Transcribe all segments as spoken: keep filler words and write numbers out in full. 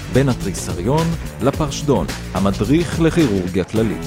בין התריסריון לפרשדון, המדריך לכירורגיה כללית.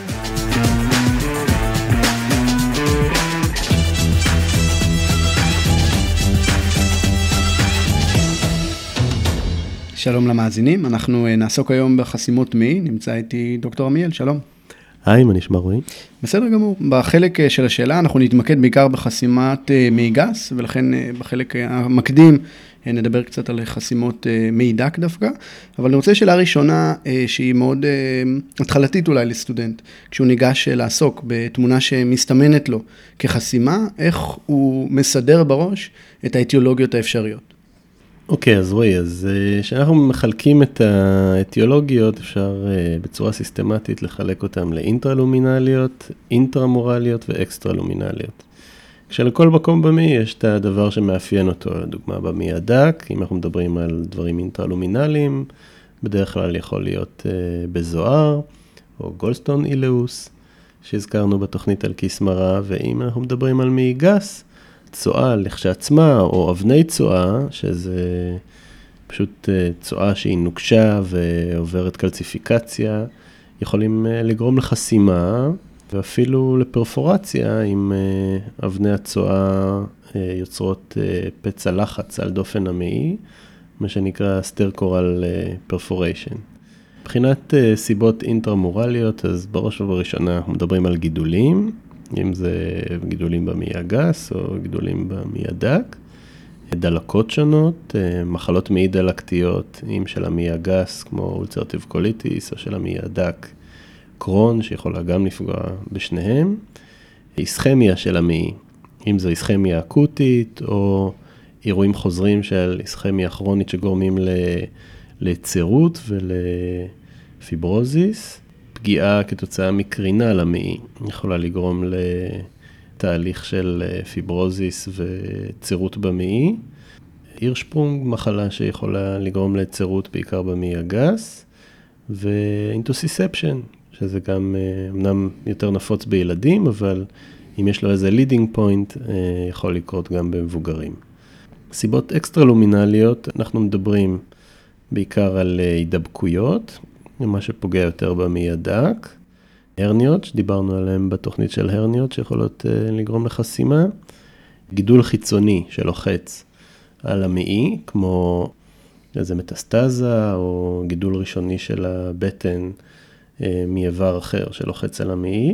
שלום למאזינים, אנחנו נעסוק היום בחסימות מעי, נמצא איתי דוקטור עמיאל, שלום. היי, מה נשמע רועי? בסדר גמור, בחלק של השאלה אנחנו נתמקד בעיקר בחסימת מעי גס, ולכן בחלק המקדים נדבר קצת על חסימות מעי דק דווקא, אבל אני רוצה שאלה ראשונה שהיא מאוד התחלתית אולי לסטודנט, כשהוא ניגש לעסוק בתמונה שמסתמנת לו כחסימה, איך הוא מסדר בראש את האטיולוגיות האפשריות. אוקיי, אז רואי, אז כשאנחנו מחלקים את האטיולוגיות, אפשר בצורה סיסטמטית לחלק אותן לאינטרלומינליות, אינטרמורליות ואקסטרלומינליות. כשלכל מקום במעי יש את הדבר שמאפיין אותו, לדוגמה במעי הדק, אם אנחנו מדברים על דברים אינטרלומינליים, בדרך כלל יכול להיות בזוהר, או גולדסטון אילאוס, שהזכרנו בתוכנית על כיס מרה, ואם אנחנו מדברים על מעי גס, צואה לכשעצמה, או אבני צואה, שזה פשוט צואה שהיא נוקשה ועוברת קלציפיקציה, יכולים לגרום לחסימה, ואפילו לפרפורציה, אם אבני הצואה יוצרות פצע לחץ על דופן המעי, מה שנקרא סטרקורל פרפוריישן. מבחינת סיבות אינטרמורליות, אז בראש ובראשונה אנחנו מדברים על גידולים, אם זה גידולים במעי הגס או גידולים במעי הדק, דלקות שונות, מחלות מעי דלקתיות, אם של המעי הגס כמו אולצרטיב קוליטיס או של המעי הדק, קרון שיכולה גם לפגוע בשניהם, איסכמיה של המעי, אם זו איסכמיה אקוטית או אירועים חוזרים של איסכמיה כרונית שגורמים לצירות ולפיברוזיס, פגיעה כתוצאה מקרינה למעי, יכולה לגרום לתהליך של פיברוזיס וצירות במעי. הירשפרונג, מחלה שיכולה לגרום לצירות בעיקר במעי הגס, ואינטוסיספשן, שזה גם אמנם יותר נפוץ בילדים, אבל אם יש לו איזה לידינג פוינט, יכול לקרות גם במבוגרים. סיבות אקסטרלומינליות, אנחנו מדברים בעיקר על הידבקויות, מה שפוגע יותר במעי הדק, הרניות, שדיברנו עליהן בתוכנית של הרניות, שיכולות לגרום לחסימה, גידול חיצוני שלוחץ על המעי, כמו איזה מטסטזה, או גידול ראשוני של הבטן מאיבר אחר שלוחץ על המעי,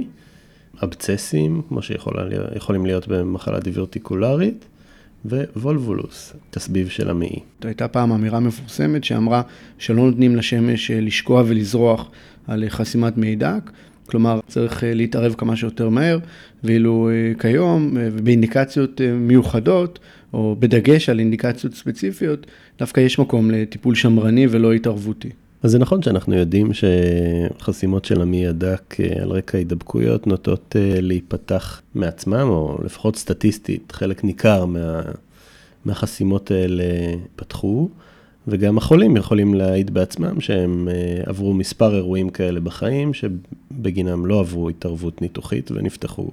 אבצסים, כמו שיכולים להיות במחלה דיברטיקולרית, ווולבולוס, תסביב של המעי. הייתה פעם אמירה מפורסמת שאמרה שלא נותנים לשמש לשקוע ולזרוח על חסימת מעי דק, כלומר צריך להתערב כמה שיותר מהר, ואילו כיום באינדיקציות מיוחדות, או בדגש על אינדיקציות ספציפיות, דווקא יש מקום לטיפול שמרני ולא התערבותי. אז זה נכון שאנחנו יודעים שחסימות של המעי הדק על רקע הידבקויות נוטות להיפתח מעצמם, או לפחות סטטיסטית, חלק ניכר מה, מהחסימות האלה פתחו, וגם החולים יכולים להעיד בעצמם שהם עברו מספר אירועים כאלה בחיים, שבגינם לא עברו התערבות ניתוחית ונפתחו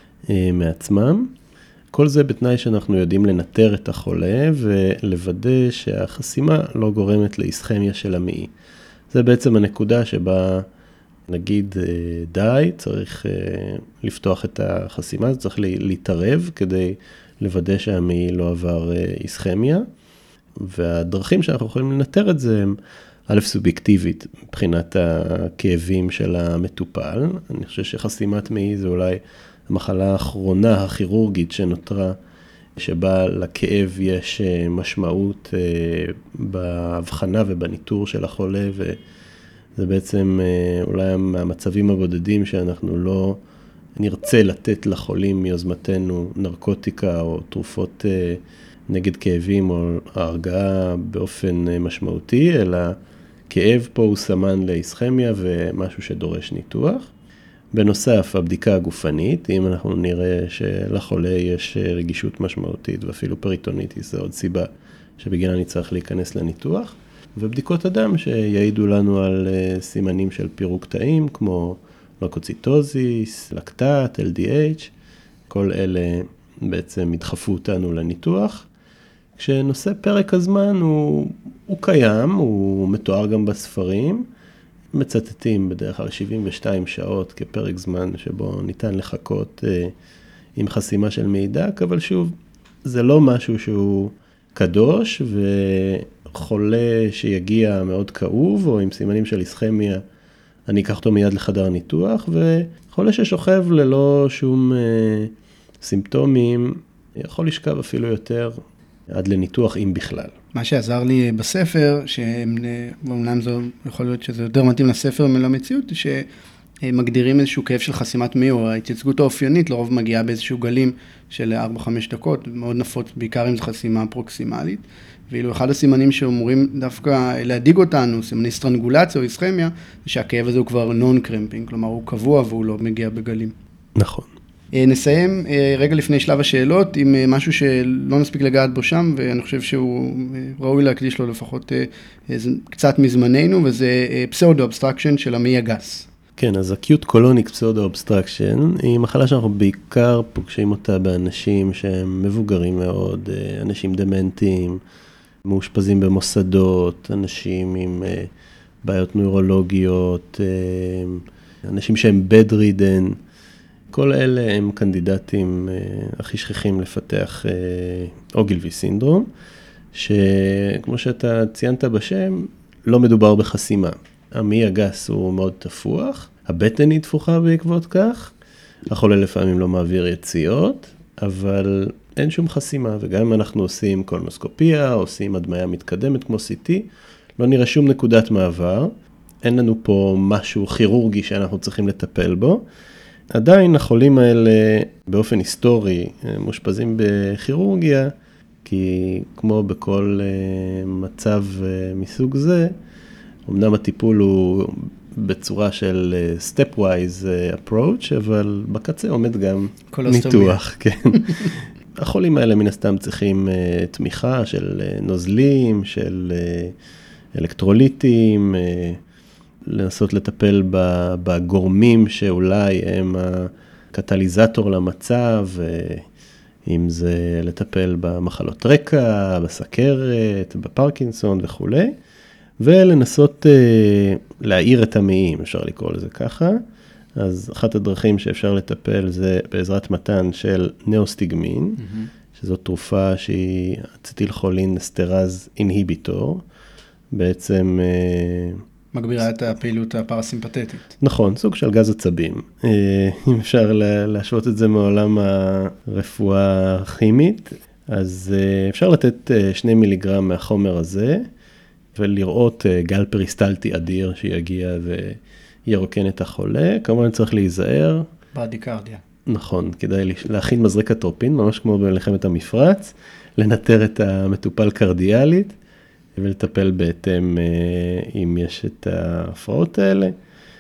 מעצמם. כל זה בתנאי שאנחנו יודעים לנטר את החולה ולוודא שהחסימה לא גורמת לאיסכמיה של המעי. זה בעצם הנקודה שבה נגיד די, צריך לפתוח את החסימה, צריך להתערב כדי לוודא שהמעי לא עבר איסכמיה. והדרכים שאנחנו יכולים לנטר את זה הם א' סובייקטיבית מבחינת הכאבים של המטופל. אני חושב שחסימת מעי זה אולי המחלה האחרונה הכירורגית שנותרה, שבה לכאב יש משמעות בהבחנה ובניטור של החולה, וזה בעצם אולי מהמצבים הבודדים שאנחנו לא נרצה לתת לחולים מיוזמתנו נרקוטיקה או תרופות נגד כאבים או הרגעה באופן משמעותי, אלא כאב פה הוא סמן לאיסכמיה ומשהו שדורש ניתוח. בנוסף, הבדיקה הגופנית, אם אנחנו נראה שלחולה יש רגישות משמעותית ואפילו פריטוניטיס, זה עוד סיבה שבגינה אני צריך להיכנס לניתוח. ובדיקות הדם שיעידו לנו על סימנים של פירוק תאים, כמו לוקוציטוזיס, לקטט, אל די אייץ', כל אלה בעצם ידחפו אותנו לניתוח. כשנושא פרק הזמן הוא, הוא קיים, הוא מתואר גם בספרים, מצטטים בדרך כלל שבעים ושתיים שעות כפרק זמן שבו ניתן לחכות אה, עם חסימה של מידק, אבל שוב, זה לא משהו שהוא קדוש, וחולה שיגיע מאוד כאוב, או עם סימנים של איסכמיה, אני אקח אותו מיד לחדר הניתוח, וחולה ששוכב ללא שום אה, סימפטומים, יכול לשכב אפילו יותר עד לניתוח, אם בכלל. מה שעזר לי בספר, שאומנם זה יכול להיות שזה יותר מתאים לספר מלמציאות, שמגדירים איזשהו כאב של חסימת מעי, או ההתייצגות האופיינית, לרוב מגיעה באיזשהו גלים של ארבע חמש דקות, מאוד נפוץ, בעיקר אם זו חסימה פרוקסימלית, ואילו אחד הסימנים שאומרים דווקא להדיג אותנו, סימני סטרנגולציה או איסכמיה, זה שהכאב הזה הוא כבר נון קרמפינג, כלומר הוא קבוע והוא לא מגיע בגלים. נכון. נסיים רגע לפני שלב השאלות עם משהו שלא נספיק לגעת בו שם, ואני חושב שהוא ראוי להקדיש לו לפחות קצת מזמננו, וזה פסאודו-אבסטרקשן של המעי הגס. כן, אז acute colonic pseudo-obstruction היא מחלה שאנחנו בעיקר פוגשים אותה באנשים שהם מבוגרים מאוד, אנשים דמנטיים, מאושפזים במוסדות, אנשים עם בעיות נוירולוגיות, אנשים שהם bedridden, כל אלה הם קנדידטים הכי שכיחים לפתח אוגילבי סינדרום, שכמו שאתה ציינת בשם, לא מדובר בחסימה. המעי הגס הוא מאוד תפוח, הבטן היא תפוחה בעקבות כך, החולה לפעמים לא מעביר יציאות, אבל אין שום חסימה, וגם אם אנחנו עושים קולונוסקופיה, עושים הדמיה מתקדמת כמו סי טי, לא נראה שום נקודת מעבר, אין לנו פה משהו כירורגי שאנחנו צריכים לטפל בו, עדיין החולים האלה באופן היסטורי מושפזים בכירורגיה, כי כמו בכל מצב מסוג זה, אמנם הטיפול הוא בצורה של stepwise approach, אבל בקצה עומד גם ניתוח. כן. החולים האלה מן הסתם צריכים תמיכה של נוזלים, של אלקטרוליטים, לנסות לטפל בגורמים שאולי הם הקטליזטור למצב, אם זה לטפל במחלות רקע, בסכרת, בפרקינסון וכו'. ולנסות להאיר את המעיים, אפשר לקרוא לזה ככה. אז אחת הדרכים שאפשר לטפל זה בעזרת מתן של נאוסטיגמין, mm-hmm. שזו תרופה שהיא אצטילכולין אסטרז אינהיביטור, בעצם מגבירה את הפעילות הפרסימפטית. נכון, סוג של גז עצבים. אם אפשר להשוות את זה מעולם הרפואה הכימית, אז אפשר לתת שני מיליגרם מהחומר הזה, ולראות גל פריסטלטי אדיר שיגיע וירוקן את החולה. כמובן צריך להיזהר. ברדיקרדיה. נכון, כדאי להכין מזרק אטרופין, ממש כמו במלחמת המפרץ, לנטר את המטופל קרדיאלית, ולטפל בהתאם אם יש את ההפרעות האלה,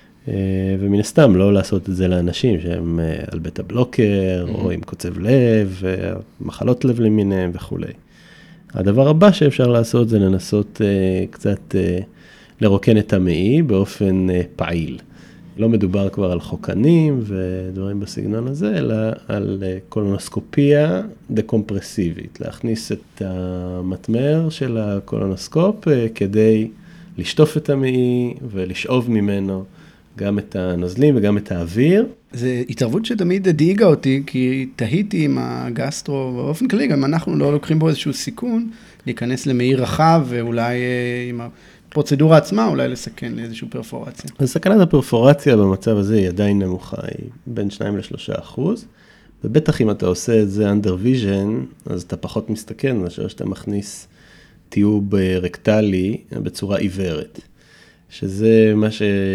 ומן הסתם לא לעשות את זה לאנשים שהם על בית הבלוקר, mm-hmm. או עם קוצב לב, מחלות לב למיניהם וכו'. הדבר הבא שאפשר לעשות זה לנסות קצת לרוקן את המעי באופן פעיל. לא מדובר כבר על חוקנים ודברים בסגנון הזה, אלא על קולונוסקופיה דקומפרסיבית, להכניס את המטמר של הקולונוסקופ כדי לשטוף את המעי ולשאוב ממנו גם את הנוזלים וגם את האוויר. זו התערבות שתמיד הדאיגה אותי, כי תהיתי עם הגסטרו, באופן כללי גם אנחנו לא לוקחים בו איזשהו סיכון, להיכנס למעי רחב ואולי עם הפרוצדורה עצמה, אולי לסכן לאיזושהי פרפורציה. אז סכנת הפרפורציה במצב הזה היא עדיין נמוכה, היא בין שניים לשלושה אחוז, ובטח אם אתה עושה את זה under vision, אז אתה פחות מסתכן, מאשר שאתה מכניס טיוב רקטלי בצורה עיוורת. שזה מה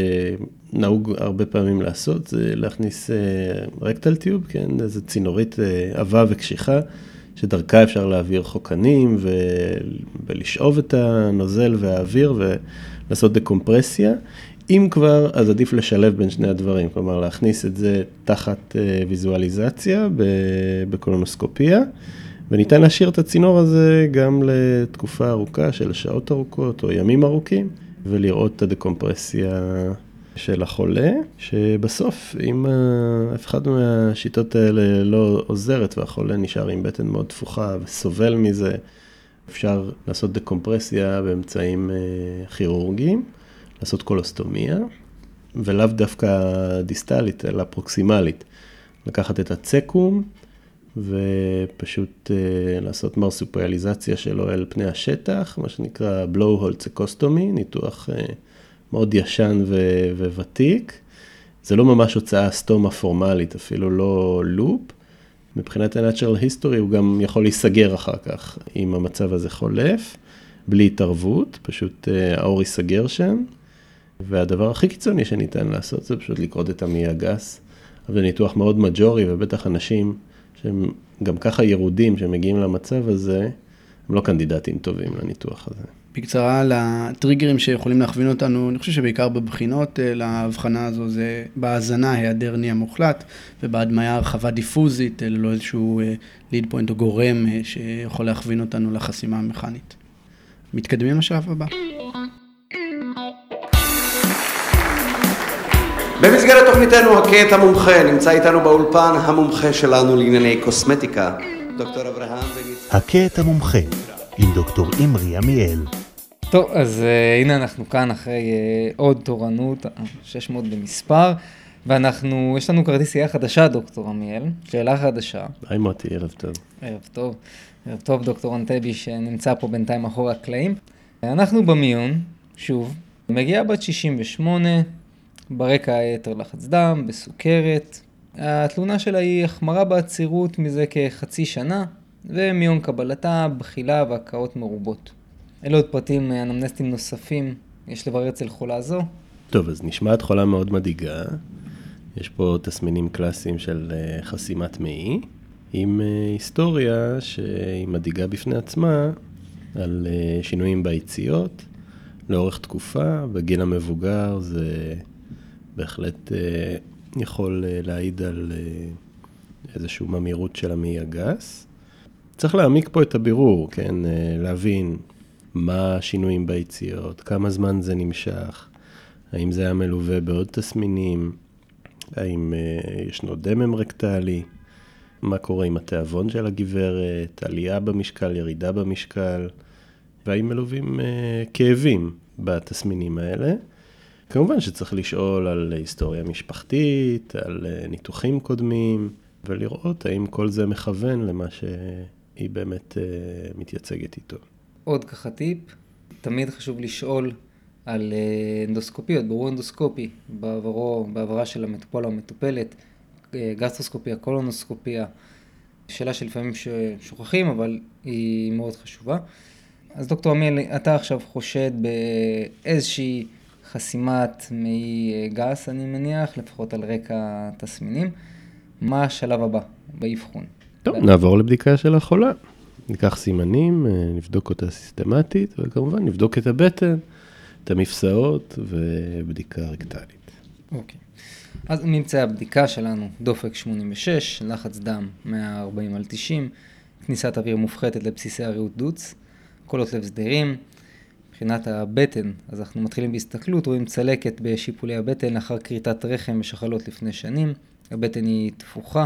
שנהוג הרבה פעמים לעשות, זה להכניס רקטל טיוב, כן, איזו צינורית עבה וקשיחה, שדרכה אפשר להעביר חוקנים ו... ולשאוב את הנוזל והאוויר ולעשות דקומפרסיה. אם כבר, אז עדיף לשלב בין שני הדברים, כלומר להכניס את זה תחת ויזואליזציה בקולונוסקופיה, וניתן להשאיר את הצינור הזה גם לתקופה ארוכה של שעות ארוכות או ימים ארוכים, ולראות את הדקומפרסיה של החולה, שבסוף, אם אף אחד מהשיטות האלה לא עוזרת, והחולה נשאר עם בטן מאוד תפוחה וסובל מזה, אפשר לעשות דקומפרסיה באמצעים כירורגיים, לעשות קולוסטומיה, ולאו דווקא דיסטלית, אלא פרוקסימלית. לקחת את הצקום, ופשוט לעשות מרסופיאליזציה שלו אל פני השטח, מה שנקרא blowhole צקוסטומי, ניתוח מאוד ישן וותיק. זה לא ממש הוצאה סטומה פורמלית, אפילו לא לופ. מבחינת ה-Natural History הוא גם יכול להיסגר אחר כך, אם המצב הזה חולף, בלי התערבות, פשוט האור ייסגר שם. והדבר הכי קיצוני שניתן לעשות זה פשוט לקרוד את המעי הגס. אבל זה ניתוח מאוד מג'ורי, ובטח אנשים שהם גם ככה ירודים שמגיעים למצב הזה, הם לא קנדידטים טובים לניתוח הזה. בקצרה, לטריגרים שיכולים להכווין אותנו, אני חושב שבעיקר בבחינות להבחנה הזו, זה בהאזנה, היעדר ניע מוחלט, ובהדמיה הרחבה דיפוזית, ללא איזשהו ליד פוינט או גורם שיכול להכווין אותנו לחסימה המכנית. מתקדמים לשלב הבא. במסגרת תוכניתנו הכה את המומחה, נמצא איתנו באולפן המומחה שלנו לענייני קוסמטיקה, דוקטור אברהם וניצ... הכה את המומחה, עם דוקטור אמרי עמיאל. טוב, אז uh, הנה אנחנו כאן אחרי uh, עוד תורנות, שש מאות במספר, ואנחנו, יש לנו כרטיסייה חדשה, דוקטור עמיאל, שאלה חדשה. היי מוטי, ערב טוב. ערב טוב, ערב טוב דוקטור אנטבי שנמצא פה בינתיים אחורה הקלעים. אנחנו במיון, שוב, מגיעה בת שישים ושמונה, ברקע היתר לחץ דם, בסוכרת. התלונה שלה היא החמרה בעצירות מזה כחצי שנה, ומיום קבלתה, בחילה והקאות מרובות. אלו עוד פרטים אנמנסטיים נוספים יש לברר אצל חולה זו. טוב, אז נשמעת חולה מאוד מדאיגה. יש פה תסמינים קלאסיים של חסימת מעי, עם היסטוריה שהיא מדאיגה בפני עצמה על שינויים ביציאות, לאורך תקופה. בגיל המבוגר זה בהחלט יכול להעיד על איזושהי ממירות של המעי הגס. צריך להעמיק פה את הבירור, כן? להבין מה השינויים ביציאות, כמה זמן זה נמשך, האם זה היה מלווה בעוד תסמינים, האם ישנו דמם רקטלי, מה קורה עם התיאבון של הגברת, עלייה במשקל, ירידה במשקל, והאם מלווים כאבים בתסמינים האלה. כמובן שצריך לשאול על היסטוריה משפחתית, על ניתוחים קודמים, ולראות האם כל זה מכוון למה שהיא באמת מתייצגת איתו. עוד ככה טיפ, תמיד חשוב לשאול על אנדוסקופיות, ברור אנדוסקופי, בעברו, בעברה של המטופל או המטופלת, גסטרוסקופיה, קולונוסקופיה, שאלה שלפעמים שוכחים, אבל היא מאוד חשובה. אז דוקטור עמיאל, אתה עכשיו חושד באיזושהי חסימת מעי גס, אני מניח, לפחות על רקע תסמינים. מה השלב הבא באבחון? טוב, נעבור לבדיקה של החולה. ניקח סימנים, נבדוק אותה סיסטמטית, וכמובן נבדוק את הבטן, את המפסעות ובדיקה רקטלית. אוקיי. אז ממצאי הבדיקה שלנו, דופק שמונים ושש, לחץ דם מאה וארבעים על תשעים, כניסת אוויר מופחתת לבסיסי הריאות דוץ, קולות לב סדירים. מבחינת הבטן, אז אנחנו מתחילים בהסתכלות, רואים צלקת בשיפולי הבטן לאחר קריטת רחם ושחלות לפני שנים. הבטן היא תפוחה,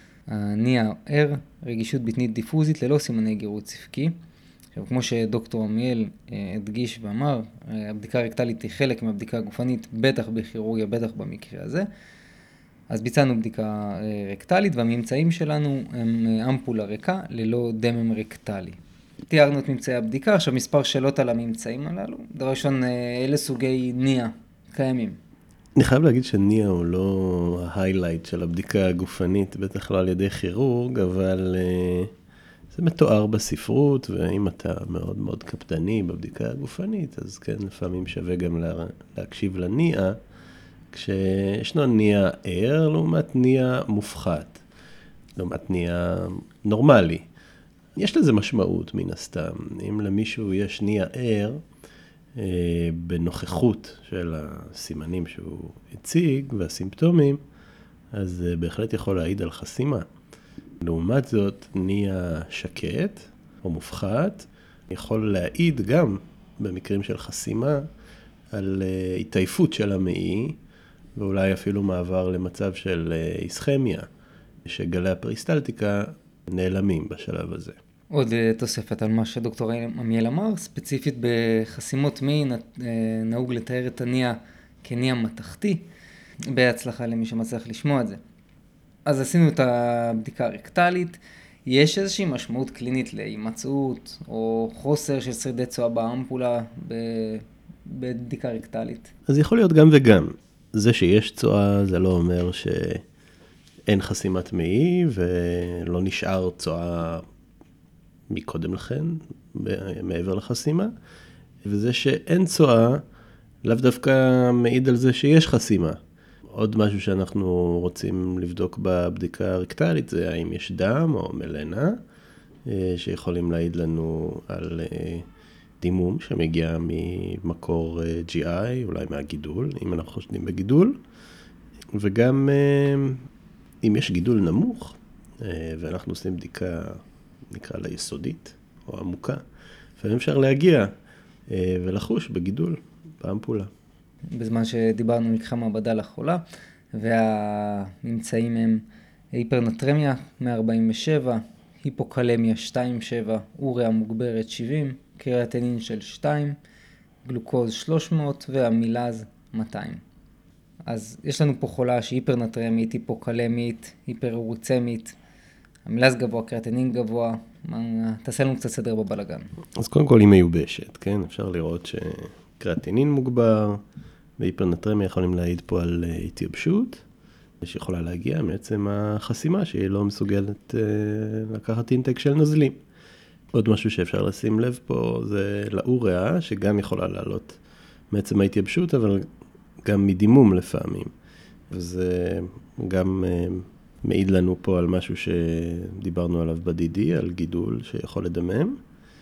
הניע ער, רגישות בטנית דיפוזית ללא סימני גירות ספקי. עכשיו, כמו שדוקטור עמיאל הדגיש ואמר, הבדיקה הרקטלית היא חלק מהבדיקה הגופנית, בטח בכירורגיה, בטח במקרה הזה. אז ביצענו בדיקה רקטלית, והממצאים שלנו הם אמפולה ריקה ללא דמם רקטלי. תיארנו את ממצאי הבדיקה, עכשיו מספר שאלות על הממצאים הללו. דבר ראשון, אלה סוגי ניע קיימים. אני חייב להגיד שניע הוא לא ההיילייט של הבדיקה הגופנית, בטח לא על ידי כירורג, אבל זה מתואר בספרות, ואם אתה מאוד מאוד קפדני בבדיקה הגופנית, אז כן, לפעמים שווה גם לה, להקשיב לניע, כשישנו ניע ער לעומת ניע מופחת, לעומת ניע נורמלי. יש לזה משמעות מן הסתם. אם למישהו יש ניע ער, אה, בנוכחות של הסימנים שהוא הציג והסימפטומים, אז זה בהחלט יכול להעיד על חסימה. לעומת זאת, ניע שקט או מופחת, יכול להעיד גם במקרים של חסימה על אה, התעייפות של המעי, ואולי אפילו מעבר למצב של אה, איסכמיה, שגלי הפריסטלטיקה נעלמים בשלב הזה. עוד תוספת על מה שדוקטור עמיאל אמר, ספציפית בחסימות מי נהוג לתאר את הנייה כנייה מתכתי, בהצלחה למי שמצליח לשמוע את זה. אז עשינו את הבדיקה הרקטלית, יש איזושהי משמעות קלינית להימצאות או חוסר של שרידי צואה באמפולה בבדיקה רקטלית? אז יכול להיות גם וגם. זה שיש צואה זה לא אומר שאין חסימת מעי ולא נשאר צואה מקודם לכן, מעבר לחסימה, וזה שאין צואה לאו דווקא מעיד על זה שיש חסימה. עוד משהו שאנחנו רוצים לבדוק בבדיקה הרקטלית זה האם יש דם או מלנה, שיכולים להעיד לנו על דימום שמגיע ממקור ג'י איי, אולי מהגידול, אם אנחנו חושדים בגידול, וגם אם יש גידול נמוך, ואנחנו עושים בדיקה, נקרא לה יסודית או עמוקה, לפעמים אפשר להגיע ולחוש בגידול באמפולה. בזמן שדיברנו מקחה מעבדה לחולה, והממצאים הם היפרנטרמיה מאה ארבעים ושבע, היפוקלמיה שתיים נקודה שבע, אוריה מוגברת שבעים, קריאטינין של שתיים, גלוקוז שלוש מאות והמילז מאתיים. אז יש לנו פה חולה שהיא היפרנטרמית, היפוקלמית, היפראורצמית, המילז גבוה, קריאטינין גבוה, תעשה לנו קצת סדר בבלגן. אז קודם כל היא מיובשת, כן? אפשר לראות שקריאטינין מוגבר, והיפרנטרמיה יכולים להעיד פה על התייבשות, שיכולה להגיע מעצם החסימה שהיא לא מסוגלת לקחת אינטק של נוזלים. עוד משהו שאפשר לשים לב פה זה לאוריה, שגם יכולה לעלות מעצם ההתייבשות, אבל גם מדימום לפעמים. וזה גם מעיד לנו פה על משהו שדיברנו עליו ב-די די, על גידול שיכול לדמם.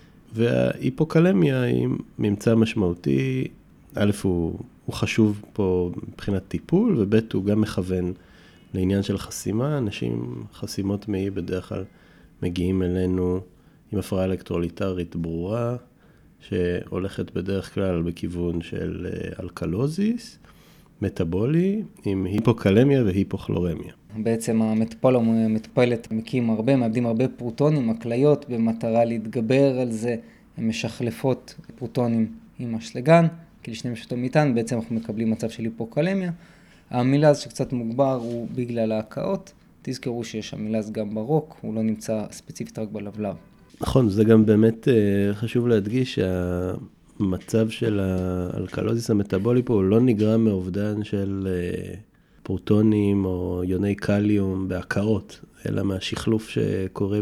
וההיפוקלמיה היא ממצא משמעותי, א' הוא, הוא חשוב פה מבחינת טיפול, וב' הוא גם מכוון לעניין של חסימה. אנשים חסימות מעי בדרך כלל מגיעים אלינו עם הפרעה אלקטרוליטרית ברורה, שהולכת בדרך כלל בכיוון של אלקלוזיס, מטאבולי, עם היפוקלמיה והיפוכלורמיה. בעצם המטופל או המטופלת מקים הרבה, מאבדים הרבה פרוטונים, הכליות, במטרה להתגבר על זה, הן משחלפות פרוטונים עם אשלגן, כי לשניהם יש אותו מטען, בעצם אנחנו מקבלים מצב של היפוקלמיה. המילז שקצת מוגבר הוא בגלל ההקאות, תזכרו שיש המילז גם ברוק, הוא לא נמצא ספציפית רק בלבלב. נכון, זה גם באמת חשוב להדגיש שהמצב של האלקלוזיס המטאבולי פה הוא לא נגרם מאובדן של פרוטונים או יוני קליום בהקאות, אלא מהשחלוף שקורה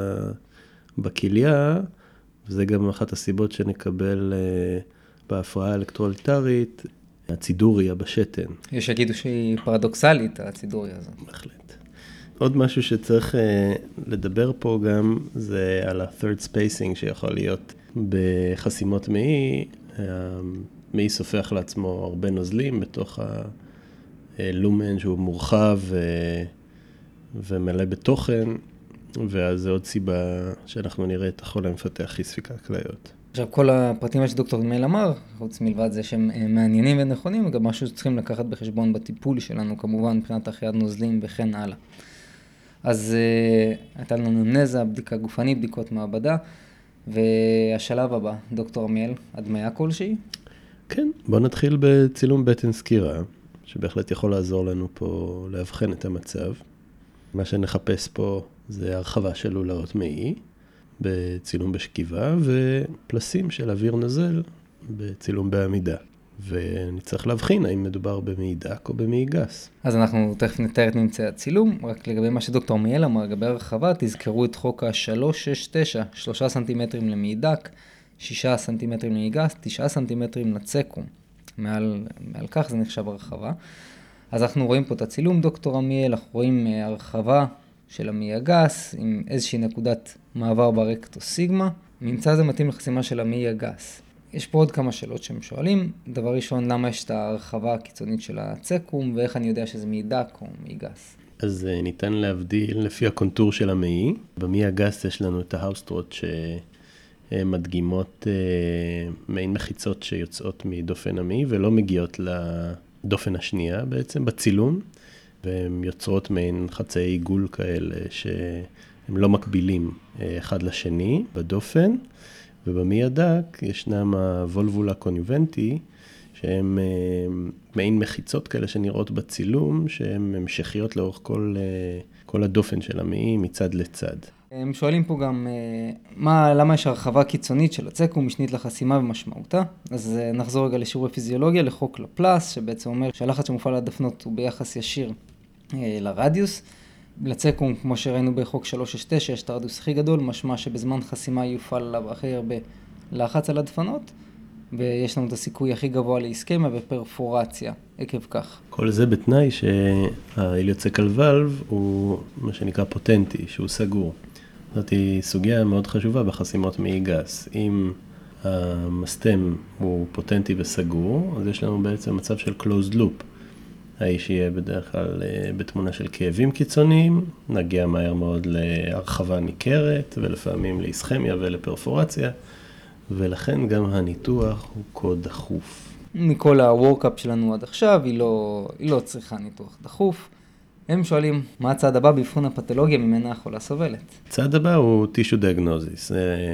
בכליה, וזה גם אחת הסיבות שנקבל בהפרעה האלקטרוליטרית, הצידוריה בשתן. יש שיגידו שהיא פרדוקסלית, הצידוריה הזאת. בהחלט. עוד משהו שצריך לדבר פה גם, זה על ה-third spacing שיכול להיות בחסימות מעי. המעי סופח לעצמו הרבה נוזלים בתוך הלומן שהוא מורחב ומלא בתוכן, ואז זה עוד סיבה שאנחנו נראה את החולה מפתח אי ספיקה כליות. עכשיו, כל הפרטים שדוקטור עמיאל אמר, חוץ מלבד זה שהם מעניינים ונכונים, גם משהו שצריכים לקחת בחשבון בטיפול שלנו, כמובן, מבחינת החייאת נוזלים וכן הלאה. אז uh, הייתה לנו נזה, בדיקה גופנית, בדיקות מעבדה, והשלב הבא, דוקטור עמיאל, הדמיה כלשהי? כן, בוא נתחיל בצילום בטן סקירה, שבהחלט יכול לעזור לנו פה להבחן את המצב. מה שנחפש פה זה הרחבה של לולאות מעי, בצילום בשכיבה, ופלסים של אוויר נוזל בצילום בעמידה. ונצטרך להבחין האם מדובר במעי דק או במעי גס. אז אנחנו תכף נתאר את ממצאי הצילום, רק לגבי מה שדוקטור עמיאל אמר, לגבי הרחבה, תזכרו את חוק ה-שלוש שש תשע, שלושה סנטימטרים למעי דק, שישה סנטימטרים למעי גס, תשעה סנטימטרים לצקום. מעל, מעל כך זה נחשב הרחבה. אז אנחנו רואים פה את הצילום, דוקטור עמיאל, אנחנו רואים הרחבה של המעי הגס, עם איזושהי נקודת מעבר ברקטו סיגמה. ממצא הזה מתאים לחסימה של המעי הגס. יש פה עוד כמה שאלות שהם שואלים. דבר ראשון, למה יש את ההרחבה הקיצונית של הצקום, ואיך אני יודע שזה מעי דק או מעי גס? אז ניתן להבדיל לפי הקונטור של המעי. במעי הגס יש לנו את ההאוסטרוט שמדגימות מעין מחיצות שיוצאות מדופן המעי, ולא מגיעות לדופן השנייה בעצם בצילום, והן יוצרות מעין חצאי עיגול כאלה, הם לא מקבילים אחד לשני בדופן, ובמעי הדק ישנם הוולבולה קוניובנטי, שהם מעין מחיצות כאלה שנראות בצילום, שהן המשכיות לאורך כל, כל הדופן של המעי מצד לצד. הם שואלים פה גם מה, למה יש הרחבה קיצונית של הצקום משנית לחסימה ומשמעותה. אז נחזור רגע לשיעורי פיזיולוגיה, לחוק לפלס, שבעצם אומר שהלחץ שמופעל על הדפנות הוא ביחס ישיר לרדיוס. לצקום, כמו שראינו בחוק שלוש שש תשע, יש את הרדיוס הכי גדול, משמע שבזמן חסימה יופעל עליו הכי הרבה לחץ על הדפנות, ויש לנו את הסיכוי הכי גבוה לאיסקמיה ופרפורציה עקב כך. כל זה בתנאי שהאיליוצקל ולב הוא מה שנקרא פוטנטי, שהוא סגור. זאת היא סוגיה מאוד חשובה בחסימות מעי גס. אם המסתם הוא פוטנטי וסגור, אז יש לנו בעצם מצב של closed loop. האיש יהיה בדרך כלל בתמונה של כאבים קיצוניים, נגיע מהר מאוד להרחבה ניכרת, ולפעמים לאיסכמיה ולפרפורציה, ולכן גם הניתוח הוא כה דחוף. מכל הוורקאפ שלנו עד עכשיו, היא לא, היא לא צריכה ניתוח דחוף. הם שואלים, מה הצעד הבא באבחון הפתולוגיה ממנה החולה סובלת? הצעד הבא הוא טישו דיאגנוזיס.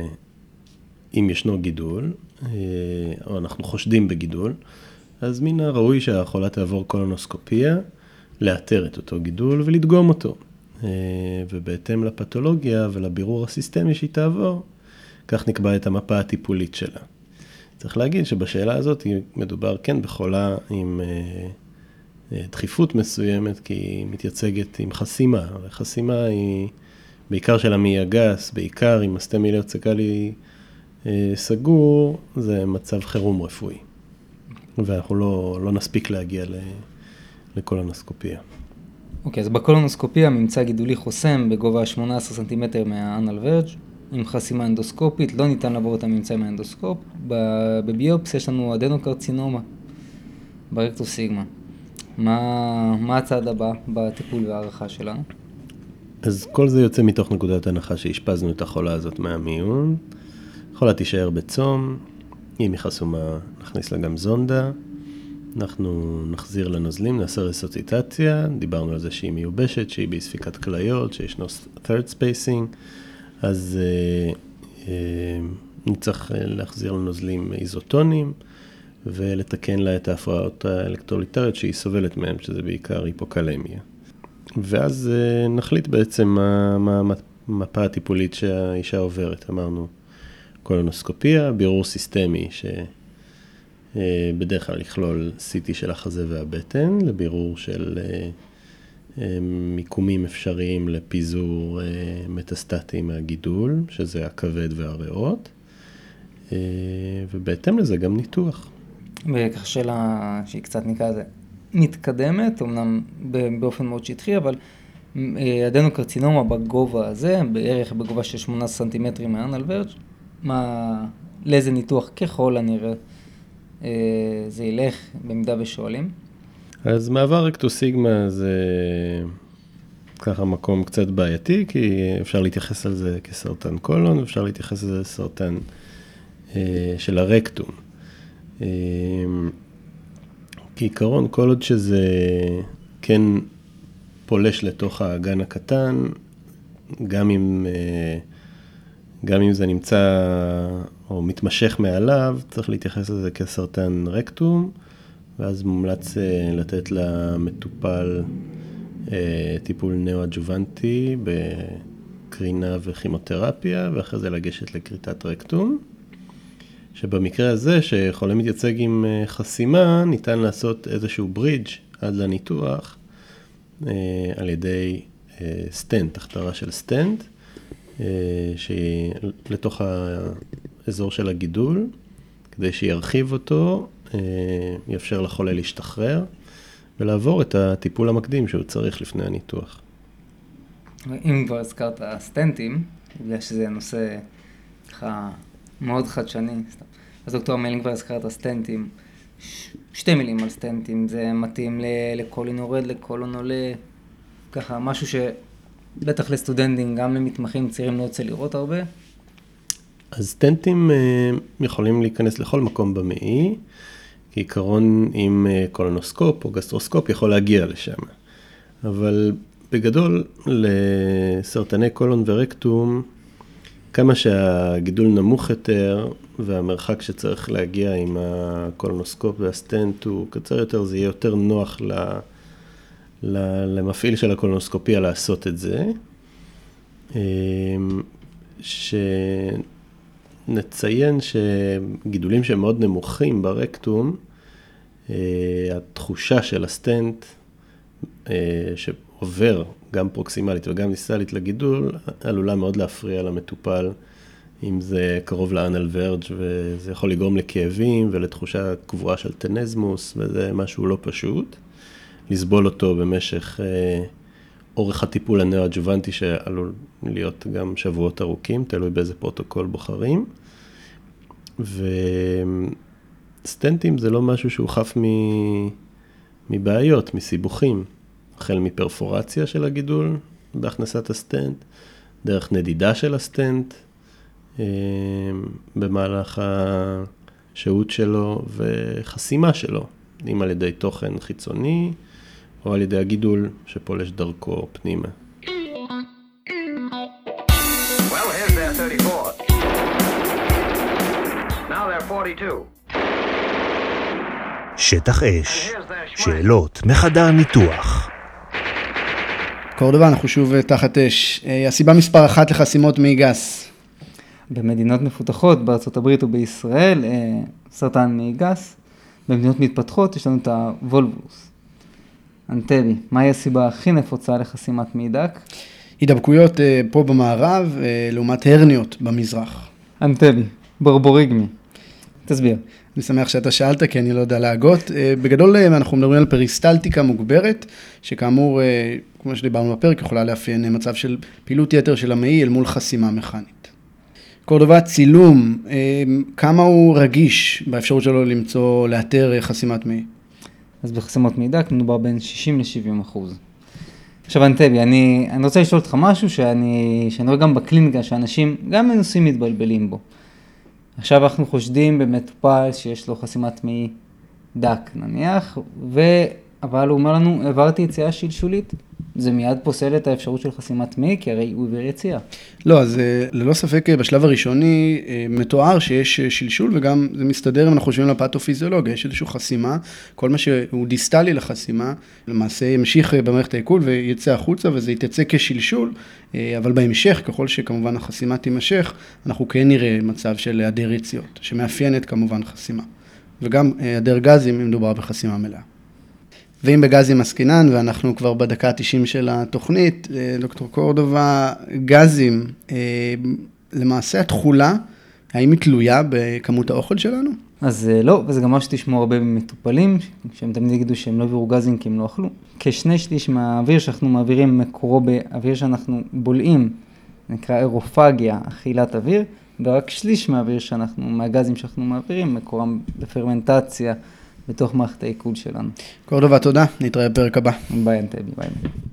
אם ישנו גידול, או אנחנו חושדים בגידול, אז מן הראוי שהחולה תעבור קולונוסקופיה, לאתר את אותו גידול ולדגום אותו. ובהתאם לפתולוגיה ולבירור הסיסטמי שהיא תעבור, כך נקבע את המפה הטיפולית שלה. צריך להגיד שבשאלה הזאת מדובר כן בחולה עם דחיפות מסוימת, כי היא מתייצגת עם חסימה. חסימה היא בעיקר של המעי הגס, בעיקר עם מסתם איליוצקלי סגור, זה מצב חירום רפואי. ואנחנו לא, לא נספיק להגיע לקולונוסקופיה. אוקיי, אז בקולונוסקופיה ממצא גידולי חוסם בגובה שמונה עשרה סנטימטר מהאנל ורג' עם חסימה אנדוסקופית, לא ניתן לעבור את הממצא מהאנדוסקופ. בביופסיה יש לנו אדנוקרצינומה ברקטוס סיגמה. מה, מה הצעד הבא בטיפול והערכה שלנו? אז כל זה יוצא מתוך נקודת הנחה שהשפזנו את החולה הזאת מהמיון. החולה תישאר בצום, אם היא חסומה נכניס לה גם זונדה, אנחנו נחזיר לנוזלים, נעשה רסוציטציה, דיברנו על זה שהיא מיובשת, שהיא באספיקת כליות, שישנו third spacing, אז אה, אה, נצטרך להחזיר לנוזלים איזוטונים, ולתקן לה את ההפרעות האלקטרוליטריות שהיא סובלת מהם, שזה בעיקר היפוקלמיה. ואז אה, נחליט בעצם מה, מה, מה המפה הטיפולית שהאישה עוברת, אמרנו, קולונוסקופיה, בירור סיסטמי שבדרך כלל יכלול סי טי של החזה והבטן, לבירור של מיקומים אפשריים לפיזור מטסטטי מהגידול, שזה הכבד והריאות, ובהתאם לזה גם ניתוח. וכך שאלה שהיא קצת נקרא זה מתקדמת, אמנם באופן מאוד שטחי, אבל אדנוקרצינומה בגובה הזה, בערך בגובה של שמונה סנטימטרים מהאנל ורג', מה, לאיזה ניתוח ככל הנראה אה, זה ילך במידה ושואלים? אז מעבר רקטוס סיגמה זה ככה מקום קצת בעייתי, כי אפשר להתייחס על זה כסרטן קולון, אפשר להתייחס על זה כסרטן אה, של הרקטום. אה, כעיקרון, כל עוד שזה כן פולש לתוך האגן הקטן, גם אם... אה, גם אם זה נמצא או מתמשך מעליו, צריך להתייחס לזה כסרטן רקטום, ואז מומלץ לתת למטופל טיפול נאו-אג'וונטי בקרינה וכימותרפיה, ואחרי זה לגשת לקריטת רקטום. שבמקרה הזה, שחולה מתייצג עם חסימה, ניתן לעשות איזשהו ברידג' עד לניתוח על ידי סטנט, הכתרה של סטנט, שהיא לתוך האזור של הגידול, כדי שירחיב אותו, יאפשר לחולה להשתחרר, ולעבור את הטיפול המקדים שהוא צריך לפני הניתוח. אם כבר הזכרת סטנטים, בגלל שזה נושא מאוד חדשני, אז דוקטור מלין כבר הזכרת סטנטים, שתי מילים על סטנטים, זה מתאים לקולין יורד, לקולון עולה, ככה משהו ש... בטח לסטודנטים, גם למתמחים צעירים לא יוצא לראות הרבה. אז סטנטים יכולים להיכנס לכל מקום במעי, כעיקרון עם קולונוסקופ או גסטרוסקופ יכול להגיע לשם. אבל בגדול, לסרטני קולון ורקטום, כמה שהגידול נמוך יותר, והמרחק שצריך להגיע עם הקולונוסקופ והסטנט הוא קצר יותר, זה יהיה יותר נוח ל, ל, למפעיל של הקולונוסקופיה לעשות את זה. שנציין שגידולים שהם מאוד נמוכים ברקטום, התחושה של הסטנט שעובר גם פרוקסימלית וגם דיסטלית לגידול, עלולה מאוד להפריע למטופל, אם זה קרוב לאנל ורג', וזה יכול לגרום לכאבים ולתחושה קבועה של טנזמוס, וזה משהו לא פשוט. לסבול אותו במשך אה, אורך הטיפול הנאו-אג'וונטי, שעלול להיות גם שבועות ארוכים, תלוי באיזה פרוטוקול בוחרים. וסטנטים זה לא משהו שהוא חף מ... מבעיות, מסיבוכים. החל מפרפורציה של הגידול בהכנסת הסטנט, דרך נדידה של הסטנט, במהלך השהות שלו וחסימה שלו, אם על ידי תוכן חיצוני או על ידי הגידול שפולש דרכו פנימה. Well, here's their thirty-four. Now they're forty-two. שטח אש, שאלות מחדר הניתוח. קורדובה, אנחנו שוב תחת אש. הסיבה מספר אחת לחסימות מעי גס. במדינות מפותחות, בארצות הברית ובישראל, סרטן מעי גס. במדינות מתפתחות יש לנו את הוולבוס. אנטבי, מהי הסיבה הכי נפוצה לחסימת מעי דק? הידבקויות פה במערב, לעומת הרניות במזרח. אנטבי, ברבוריגמי. תסביר. אני שמח שאתה שאלת, כי אני לא יודע להגות. בגדול אנחנו מדברים על פריסטלטיקה מוגברת, שכאמור, כמו שדיברנו בפרק, יכולה לאפיין מצב של פעילות יתר של המעי אל מול חסימה מכנית. קורדובה, צילום, כמה הוא רגיש באפשרות שלו למצוא, לאתר חסימת מעי? אז בחסימות מעי דק מדובר בין שישים ל-שבעים אחוז. עכשיו אנטבי, אני, אני רוצה לשאול אותך משהו שאני, שאני רואה גם בקליניקה, שאנשים גם מנוסים מתבלבלים בו. עכשיו אנחנו חושדים במטופל שיש לו חסימת מעי דק נניח, ו... אבל הוא אומר לנו, עברתי יציאה שלשולית, זה מיד פוסל את האפשרות של חסימת מעי, כי הרי הוא עיוור יציאה. לא, אז ללא ספק בשלב הראשוני מתואר שיש שלשול, וגם זה מסתדר אם אנחנו חושבים על הפתופיזיולוגיה, יש איזושהי חסימה, כל מה שהוא דיסטלי לחסימה, למעשה ימשיך במערכת העיכול ויצא החוצה, וזה יתצא כשלשול, אבל בהמשך, ככל שכמובן החסימה תימשך, אנחנו כן נראה מצב של היעדר יציאות, שמאפיינת כמובן חסימה, וגם היעדר גזים אם מדובר בחסימה מלאה. ואם בגזים עסקינן, ואנחנו כבר בדקה ה-תשעים של התוכנית, דוקטור קורדובה, גזים, למעשה התחולה, האם היא תלויה בכמות האוכל שלנו? אז לא, וזה גם מה שתשמעו הרבה במטופלים, שהם תמיד יגידו שהם לא העבירו גזים כי הם לא אכלו. כשני שליש מהאוויר שאנחנו מעבירים מקורו באוויר שאנחנו בולעים, נקרא אירופגיה, אכילת אוויר, ורק שליש מהאוויר שאנחנו, מהגזים שאנחנו מעבירים, מקורם בפרמנטציה, בתוך מערכת העיכול שלנו. קורדובה, תודה. נתראה בפרק הבא. ביי אנטבי, ביי.